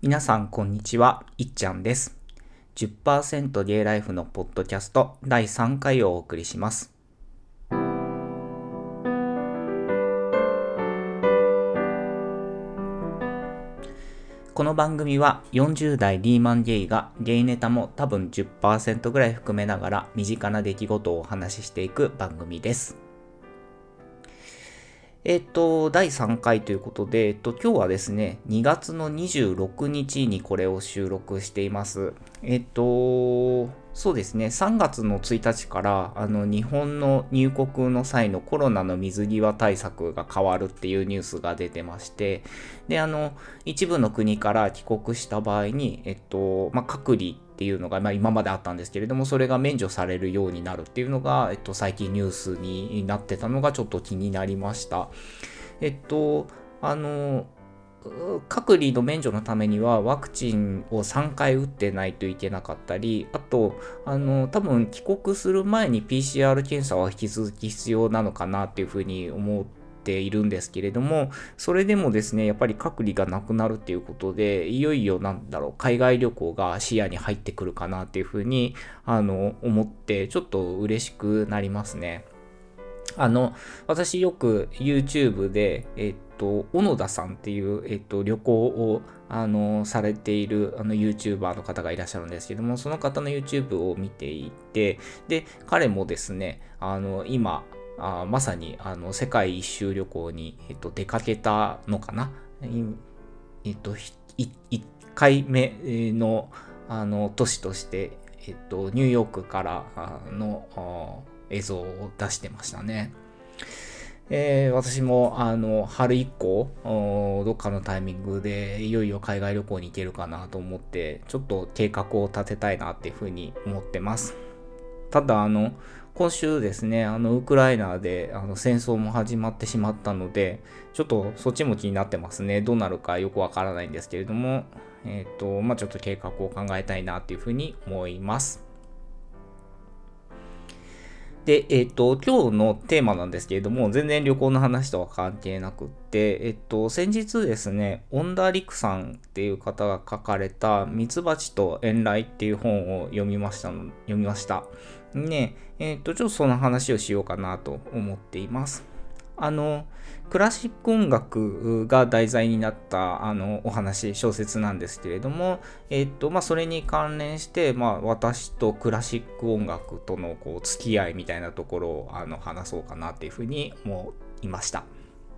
皆さんこんにちは、いっちゃんです。10% ゲイライフのポッドキャスト第3回をお送りします。この番組は40代リーマンゲイがゲイネタも多分 10% ぐらい含めながら身近な出来事をお話ししていく番組です。第3回ということで、今日はですね、2月の26日にこれを収録しています。そうですね、3月の1日から日本の入国の際のコロナの水際対策が変わるっていうニュースが出てまして、で、一部の国から帰国した場合に、隔離っていうのが、今まであったんですけれども、それが免除されるようになるっていうのが、最近ニュースになってたのがちょっと気になりました。隔離の免除のためにはワクチンを3回打ってないといけなかったり、あと、多分帰国する前に PCR 検査は引き続き必要なのかなっていうふうに思っているんですけれども、それでもですね、やっぱり隔離がなくなるっていうことで、いよいよ海外旅行が視野に入ってくるかなっていうふうに、思って、ちょっと嬉しくなりますね。私よく YouTube で、小野田さんっていう、旅行を、されているYouTuber の方がいらっしゃるんですけども、その方の YouTube を見ていて、で、彼もですね、今、まさに世界一周旅行に、出かけたのかな。1回目の、都市として、ニューヨークからの映像を出してましたね。私も春以降どっかのタイミングでいよいよ海外旅行に行けるかなと思ってちょっと計画を立てたいなっていうふうに思ってます。ただ今週ですねウクライナで戦争も始まってしまったのでちょっとそっちも気になってますね。どうなるかよくわからないんですけれどもちょっと計画を考えたいなっていうふうに思います。で、今日のテーマなんですけれども、全然旅行の話とは関係なくって、先日ですね、恩田陸さんっていう方が書かれた、ミツバチと遠雷っていう本を読みました。ね、ちょっとその話をしようかなと思っています。クラシック音楽が題材になったお話、小説なんですけれども、それに関連して、私とクラシック音楽との付き合いみたいなところを話そうかなっていうふうに思いました。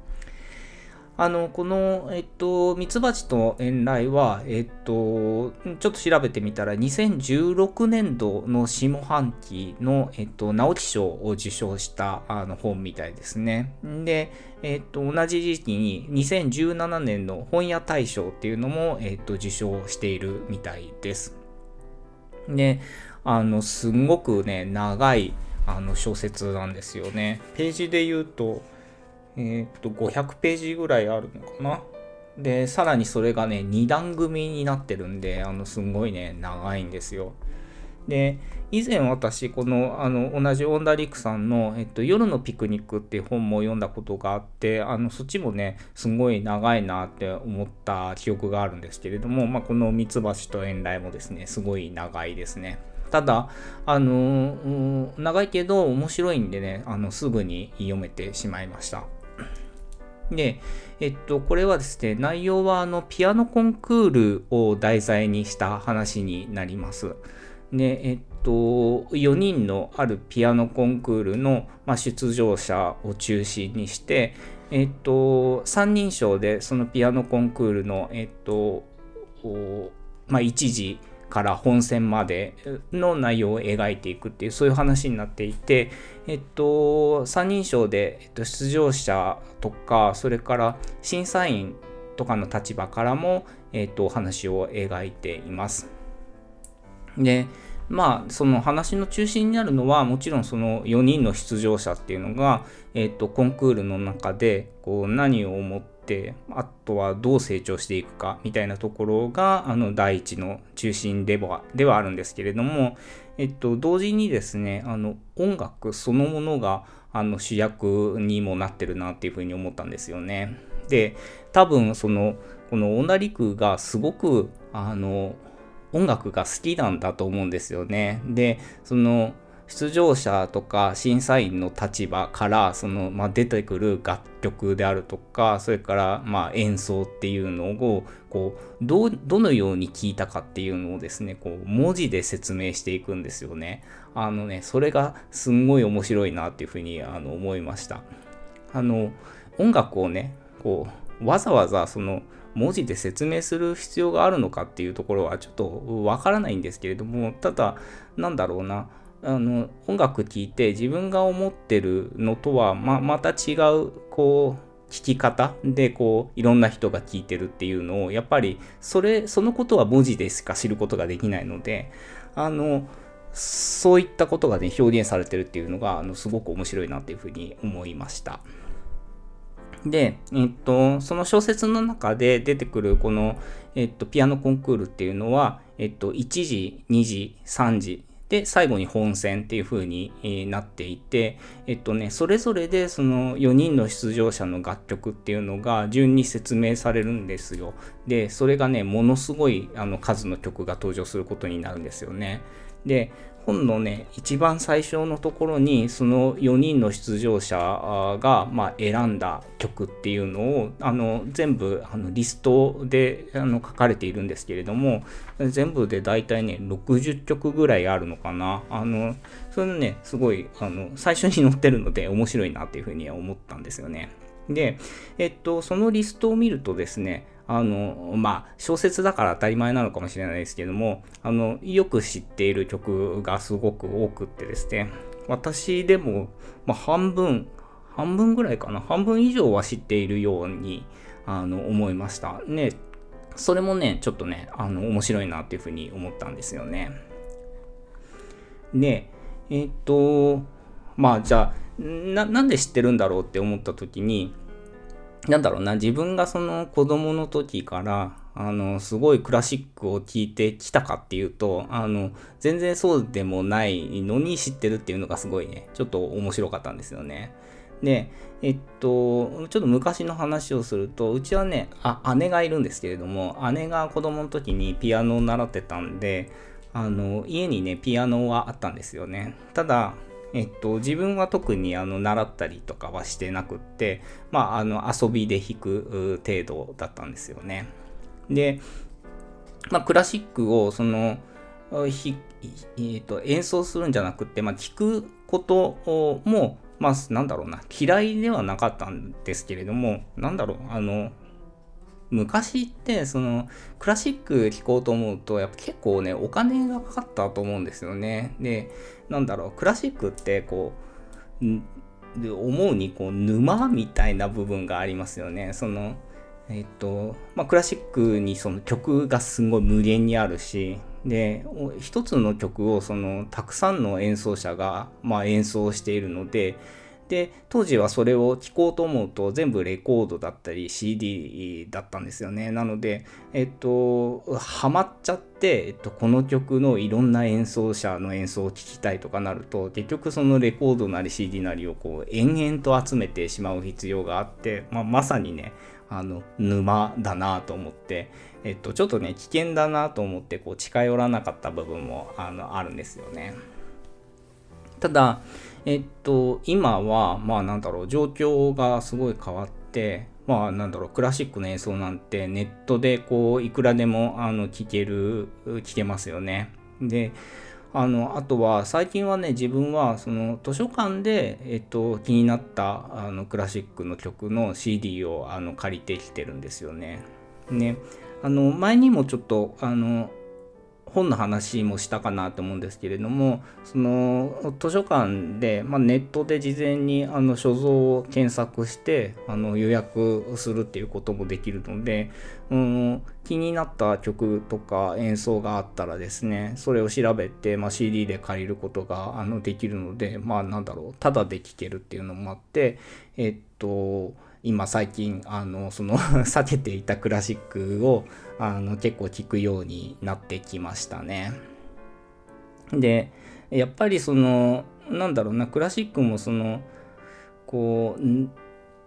この、ミツバチと遠雷は、ちょっと調べてみたら、2016年度の下半期の、直木賞を受賞した本みたいですね。で、同じ時期に2017年の本屋大賞っていうのも、受賞しているみたいです。で、すんごくね、長い小説なんですよね。ページで言うと、500ページぐらいあるのかな。で、さらにそれがね、2段組になってるんで、すんごいね、長いんですよ。で、以前私、この、同じオンダリクさんの、夜のピクニックっていう本も読んだことがあって、そっちもね、すんごい長いなって思った記憶があるんですけれども、このミツバチと遠雷もですね、すごい長いですね。ただ、長いけど面白いんでね、すぐに読めてしまいました。で、これはですね、内容はピアノコンクールを題材にした話になります。で、4人のあるピアノコンクールの、出場者を中心にして、三人称でそのピアノコンクールの、一時から本戦までの内容を描いていくっていうそういう話になっていて、三人称で、出場者とかそれから審査員とかの立場からも、話を描いています。で、その話の中心になるのはもちろんその4人の出場者っていうのが、コンクールの中で何を思ってあとはどう成長していくかみたいなところが第一の中心ではあるんですけれども、同時にですね音楽そのものが主役にもなってるなっていうふうに思ったんですよね。で、多分そのこの恩田陸がすごく音楽が好きなんだと思うんですよね。で、その出場者とか審査員の立場から出てくる楽曲であるとか、それから演奏っていうのをどのように聴いたかっていうのをですね、文字で説明していくんですよね。それがすんごい面白いなっていうふうに思いました。音楽をね、わざわざ文字で説明する必要があるのかっていうところはちょっとわからないんですけれども、ただ音楽聴いて自分が思ってるのとはまた違う聴き方でいろんな人が聴いてるっていうのを、やっぱりそのことは文字でしか知ることができないので、そういったことがね表現されてるっていうのがすごく面白いなっていうふうに思いました。で、その小説の中で出てくるこの、ピアノコンクールっていうのは、1時、2時、3時で最後に本選っていう風になっていて、それぞれでその4人の出場者の楽曲っていうのが順に説明されるんですよ。で、それがね、ものすごい数の曲が登場することになるんですよね。で、本のね、一番最初のところにその4人の出場者が選んだ曲っていうのを全部リストで書かれているんですけれども、全部でだいたいね60曲ぐらいあるのかな。それねすごい最初に載ってるので面白いなっていうふうには思ったんですよね。で、そのリストを見るとですね、小説だから当たり前なのかもしれないですけども、よく知っている曲がすごく多くってですね、私でも、半分ぐらいかな、半分以上は知っているように思いましたね。それもねちょっとね面白いなっていうふうに思ったんですよね。で、じゃあなんで知ってるんだろうって思った時に、自分がその子供の時からすごいクラシックを聴いてきたかっていうと全然そうでもないのに知ってるっていうのがすごいねちょっと面白かったんですよね。でちょっと昔の話をすると、うちはね姉がいるんですけれども、姉が子供の時にピアノを習ってたんで家にねピアノはあったんですよね。ただ自分は特に習ったりとかはしてなくって、遊びで弾く程度だったんですよね。で、クラシックを演奏するんじゃなくって、弾くことも嫌いではなかったんですけれども、昔ってクラシック聴こうと思うとやっぱ結構ねお金がかかったと思うんですよね。で、クラシックって思うに沼みたいな部分がありますよね。クラシックにその曲がすごい無限にあるし、で一つの曲をたくさんの演奏者が演奏しているので、当時はそれを聴こうと思うと全部レコードだったり CD だったんですよね。なのでハマっちゃって、この曲のいろんな演奏者の演奏を聴きたいとかなると、結局そのレコードなり CD なりを延々と集めてしまう必要があって、まさにね沼だなと思って、ちょっとね危険だなと思って近寄らなかった部分もあるんですよね。ただ今は状況がすごい変わって、クラシックの演奏なんてネットでいくらでも聞けますよね。であとは最近はね、自分はその図書館で、気になったクラシックの曲の CD を借りてきてるんですよね。前にもちょっと本の話もしたかなと思うんですけれども、その図書館で、ネットで事前に所蔵を検索して予約するっていうこともできるので、気になった曲とか演奏があったらですね、それを調べて、CD で借りることができるので、ただで聴けるっていうのもあって、今最近避けていたクラシックを結構聴くようになってきましたね。でやっぱりクラシックも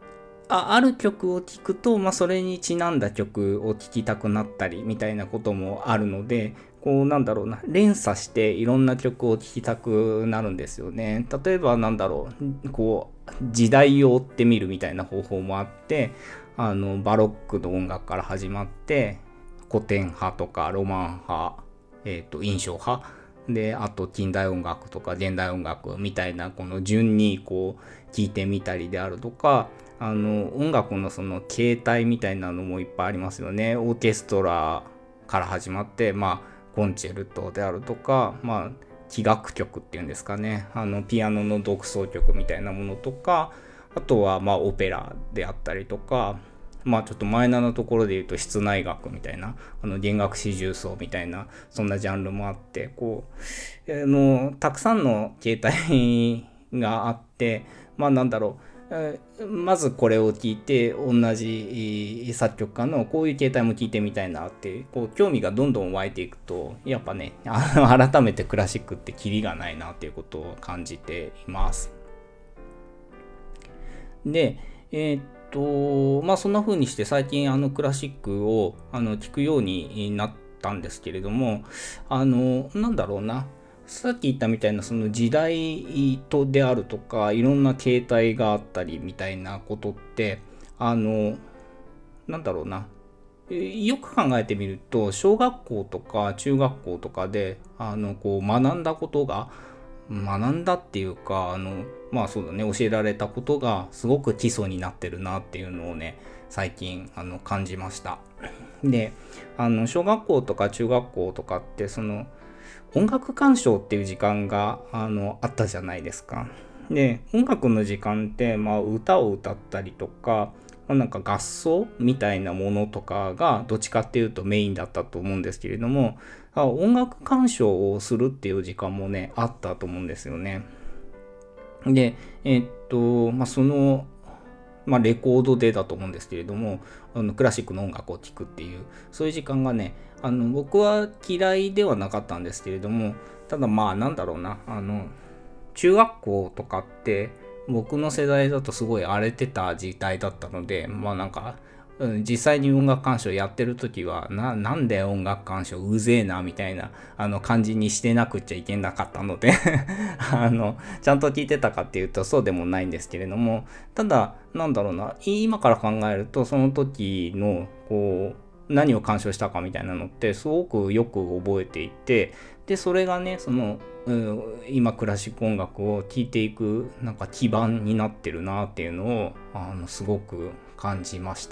ある曲を聴くと、それにちなんだ曲を聴きたくなったりみたいなこともあるので、こうなんだろうな、連鎖していろんな曲を聴きたくなるんですよね。例えばこう時代を追ってみるみたいな方法もあって、バロックの音楽から始まって古典派とかロマン派、印象派で、あと近代音楽とか現代音楽みたいなこの順にこう聴いてみたりであるとか、音楽のその形態みたいなのもいっぱいありますよね。オーケストラから始まって、コンチェルトであるとか、器楽曲っていうんですかね、ピアノの独奏曲みたいなものとか、あとはオペラであったりとか、ちょっとマイナーなところで言うと室内楽みたいな、弦楽四重奏みたいな、そんなジャンルもあって、こうたくさんの形態があって、まずこれを聞いて、同じ作曲家のこういう形態も聞いてみたいなって、こう興味がどんどん湧いていくと、やっぱね、改めてクラシックってキリがないなっていうことを感じています。で、そんな風にして最近クラシックを聞くようになったんですけれども、さっき言ったみたいなその時代とであるとか、いろんな形態があったりみたいなことって、よく考えてみると、小学校とか中学校とかでこう学んだっていうか、そうだね、教えられたことがすごく基礎になってるなっていうのをね、最近感じました。で、小学校とか中学校とかってその音楽鑑賞っていう時間があったじゃないですか。で、音楽の時間って、歌を歌ったりとか、合奏みたいなものとかがどっちかっていうとメインだったと思うんですけれども、音楽鑑賞をするっていう時間もね、あったと思うんですよね。で、そのレコードでだと思うんですけれども、クラシックの音楽を聴くっていう、そういう時間がね、僕は嫌いではなかったんですけれども、ただ中学校とかって僕の世代だとすごい荒れてた時代だったので、実際に音楽鑑賞やってる時はなんで音楽鑑賞うぜえなみたいな感じにしてなくちゃいけなかったのでちゃんと聞いてたかっていうとそうでもないんですけれども、ただ今から考えるとその時のこう何を鑑賞したかみたいなのってすごくよく覚えていて、でそれがね今クラシック音楽を聴いていく基盤になってるなっていうのをすごく感じました。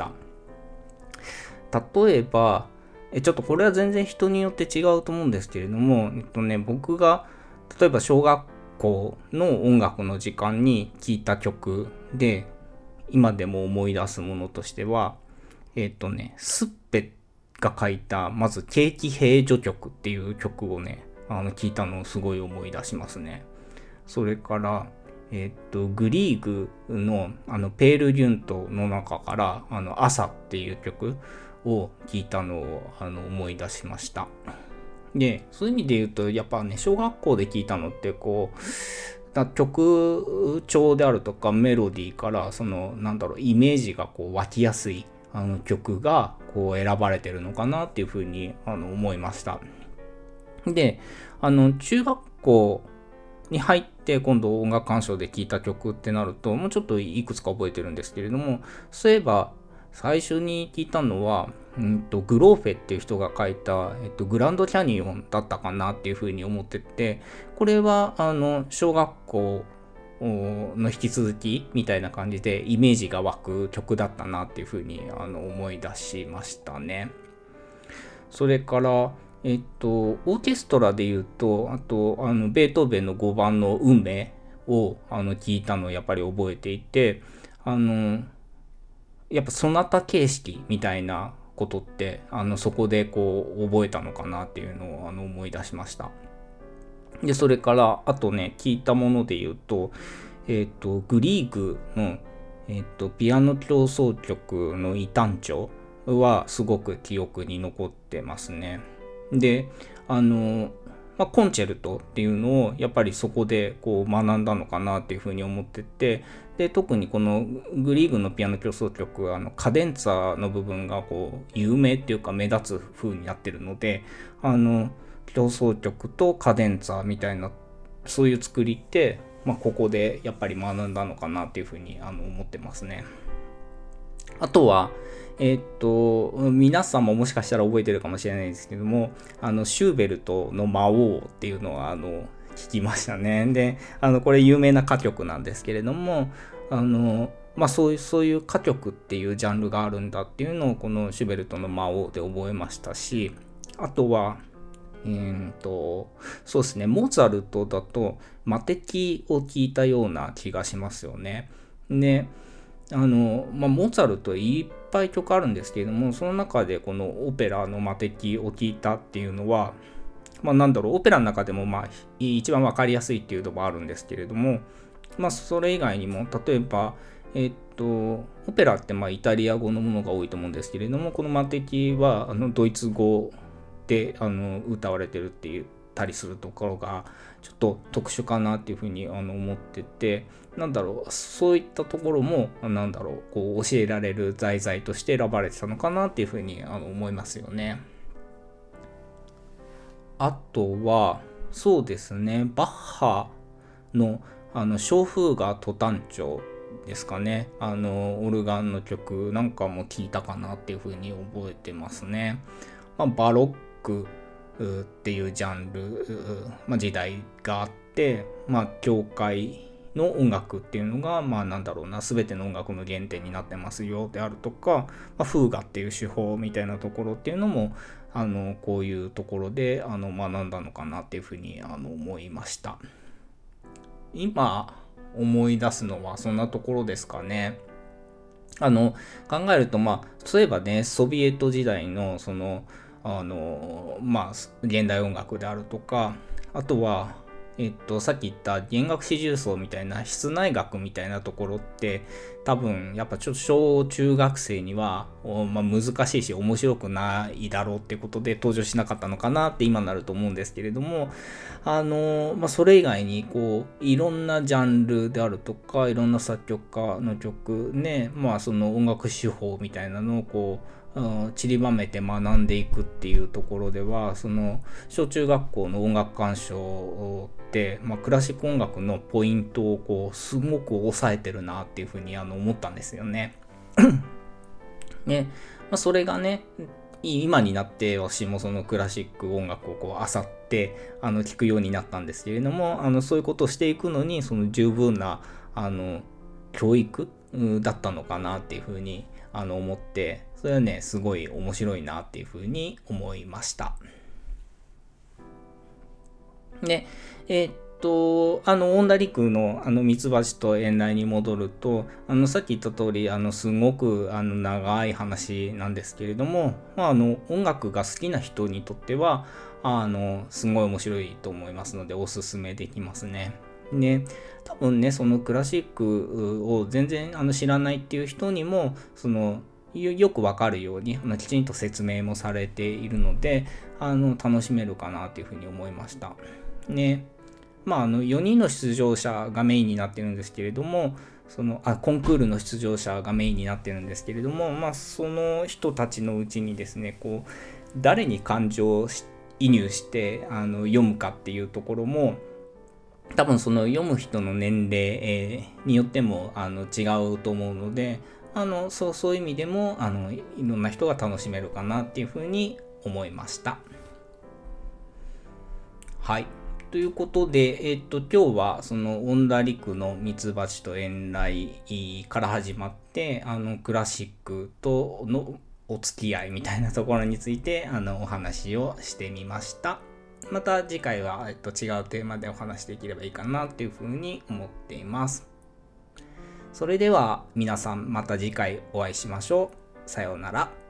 例えばちょっとこれは全然人によって違うと思うんですけれども、僕が例えば小学校の音楽の時間に聴いた曲で今でも思い出すものとしてはスッペが書いたまず景気平序曲っていう曲をね聞いたのをすごい思い出しますね。それからグリーグのペールギュントの中から朝っていう曲を聞いたのを思い出しました。で、そういう意味で言うとやっぱね、小学校で聞いたのってこう曲調であるとかメロディーからイメージがこう湧きやすい曲がこう選ばれてるのかなっていうふうに思いました。で、中学校に入って今度音楽鑑賞で聴いた曲ってなるともうちょっといくつか覚えてるんですけれども、そういえば最初に聞いたのはグローフェっていう人が書いた、グランドキャニオンだったかなっていうふうに思ってて、これは小学校の引き続きみたいな感じでイメージが湧く曲だったなっていうふうに思い出しましたね。それからオーケストラで言うと、あとベートーベンの5番の運命を聞いたのをやっぱり覚えていて、やっぱソナタ形式みたいなことってそこでこう覚えたのかなっていうのを思い出しました。でそれからあとね、聞いたもので言うとグリーグのピアノ協奏曲の異端調はすごく記憶に残ってますね。でコンチェルトっていうのをやっぱりそこでこう学んだのかなっていうふうに思ってて、で特にこのグリーグのピアノ協奏曲はカデンツァの部分がこう有名っていうか目立つ風になってるので、協奏曲とカデンツァみたいなそういう作りって、ここでやっぱり学んだのかなっていうふうに思ってますね。あとは皆さんももしかしたら覚えてるかもしれないですけども、シューベルトの魔王っていうのは聞きましたね。で、これ有名な歌曲なんですけれども、そういう歌曲っていうジャンルがあるんだっていうのをこのシューベルトの魔王で覚えましたし、あとはそうですね、モーツァルトだと魔笛を聞いたような気がしますよね。で、モーツァルトいっぱい曲あるんですけれども、その中でこのオペラの魔笛を聞いたっていうのは、オペラの中でも一番わかりやすいっていうのもあるんですけれども、それ以外にも例えばオペラってイタリア語のものが多いと思うんですけれども、この魔笛はドイツ語で歌われてるって言ったりするところがちょっと特殊かなっていうふうに思ってて、そういったところもこう教えられる題材として選ばれてたのかなっていうふうに思いますよね。あとはそうですね、バッハの小風雅ト短調ですかね、オルガンの曲なんかも聞いたかなっていうふうに覚えてますね。バロックっていうジャンル、時代があって、教会の音楽っていうのが全ての音楽の原点になってますよであるとか、風雅っていう手法みたいなところっていうのもこういうところで学んだのかなっていうふうに思いました。今思い出すのはそんなところですかね。考えると例えばね、ソビエト時代のその現代音楽であるとか、あとはさっき言った弦楽四重奏みたいな室内楽みたいなところって多分やっぱちょっと小中学生には、難しいし面白くないだろうってことで登場しなかったのかなって今になると思うんですけれども、それ以外にこういろんなジャンルであるとかいろんな作曲家の曲ね、その音楽手法みたいなのをこう散りばめて学んでいくっていうところでは、その小中学校の音楽鑑賞って、クラシック音楽のポイントをこうすごく抑えてるなっていうふうに思ったんですよね。ね、それがね今になって私もそのクラシック音楽をこう漁って聴くようになったんですけれども、そういうことをしていくのにその十分な教育だったのかなっていうふうに思って、それはねすごい面白いなっていうふうに思いました。で恩田陸のミツバチと遠雷に戻ると、さっき言った通りすごく長い話なんですけれども、音楽が好きな人にとってはすごい面白いと思いますのでおすすめできますね。で多分ねそのクラシックを全然知らないっていう人にもそのよくわかるようにきちんと説明もされているので楽しめるかなというふうに思いました。ね、4人の出場者がメインになってるんですけれども、コンクールの出場者がメインになってるんですけれども、その人たちのうちにですねこう誰に感情を移入して読むかっていうところも多分その読む人の年齢、によっても違うと思うのでそういう意味でもいろんな人が楽しめるかなっていうふうに思いました。はい、ということで、今日はその恩田陸のミツバチと遠雷から始まってクラシックとのお付き合いみたいなところについてお話をしてみました。また次回は、違うテーマでお話できればいいかなっていうふうに思っています。それでは皆さんまた次回お会いしましょう。さようなら。